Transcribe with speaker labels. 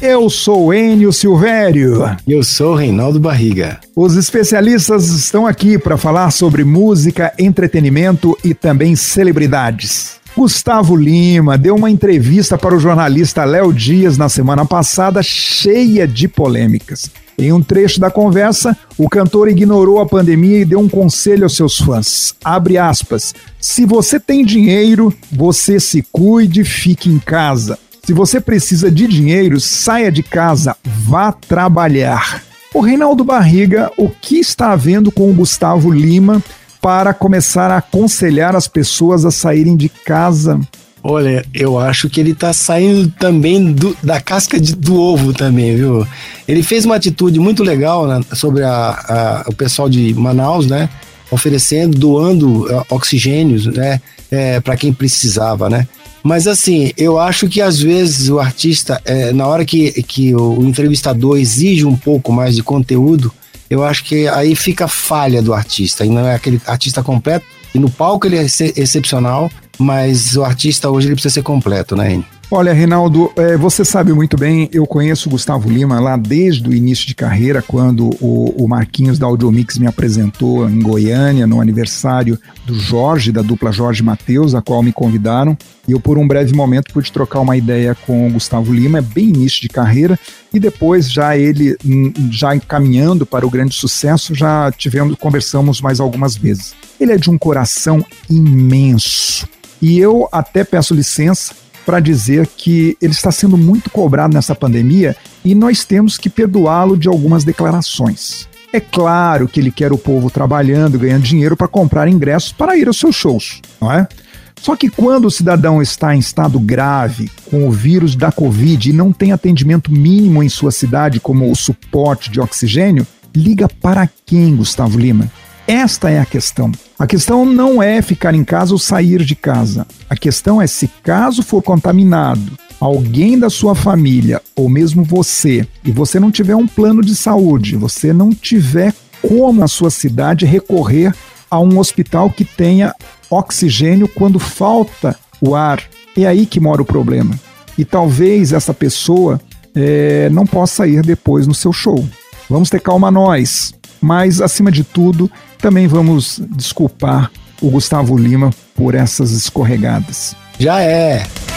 Speaker 1: Eu sou Enio Silvério.
Speaker 2: E eu sou Reinaldo Barriga.
Speaker 1: Os especialistas estão aqui para falar sobre música, entretenimento e também celebridades. Gustavo Lima deu uma entrevista para o jornalista Léo Dias na semana passada, cheia de polêmicas. Em um trecho da conversa, o cantor ignorou a pandemia e deu um conselho aos seus fãs. Abre aspas. Se você tem dinheiro, você se cuide, fique em casa. Se você precisa de dinheiro, saia de casa, vá trabalhar. O Reinaldo Barriga, o que está havendo com o Gustavo Lima para começar a aconselhar as pessoas a saírem de casa?
Speaker 2: Olha, eu acho que ele tá saindo também da casca do ovo também, viu? Ele fez uma atitude muito legal, né, sobre o pessoal de Manaus, né? Doando oxigênios, né? Para quem precisava, né? Mas assim, eu acho que às vezes o artista, na hora que o entrevistador exige um pouco mais de conteúdo, eu acho que aí fica a falha do artista, e não é aquele artista completo, e no palco ele é excepcional, mas o artista hoje ele precisa ser completo, né, Enio?
Speaker 1: Olha, Reinaldo, você sabe muito bem, eu conheço o Gustavo Lima lá desde o início de carreira, quando o Marquinhos da Audiomix me apresentou em Goiânia, no aniversário do Jorge, da dupla Jorge Mateus, a qual me convidaram, e eu por um breve momento pude trocar uma ideia com o Gustavo Lima, bem início de carreira, e depois já encaminhando para o grande sucesso, conversamos mais algumas vezes. Ele é de um coração imenso, e eu até peço licença para dizer que ele está sendo muito cobrado nessa pandemia e nós temos que perdoá-lo de algumas declarações. É claro que ele quer o povo trabalhando, ganhando dinheiro para comprar ingressos para ir aos seus shows, não é? Só que quando o cidadão está em estado grave, com o vírus da Covid e não tem atendimento mínimo em sua cidade, como o suporte de oxigênio, liga para quem, Gustavo Lima? Esta é a questão. A questão não é ficar em casa ou sair de casa. A questão é, se caso for contaminado alguém da sua família ou mesmo você, e você não tiver um plano de saúde, você não tiver como na sua cidade recorrer a um hospital que tenha oxigênio quando falta o ar, é aí que mora o problema. E talvez essa pessoa não possa ir depois no seu show. Vamos ter calma nós. Mas, acima de tudo, também vamos desculpar o Gustavo Lima por essas escorregadas.
Speaker 2: Já é!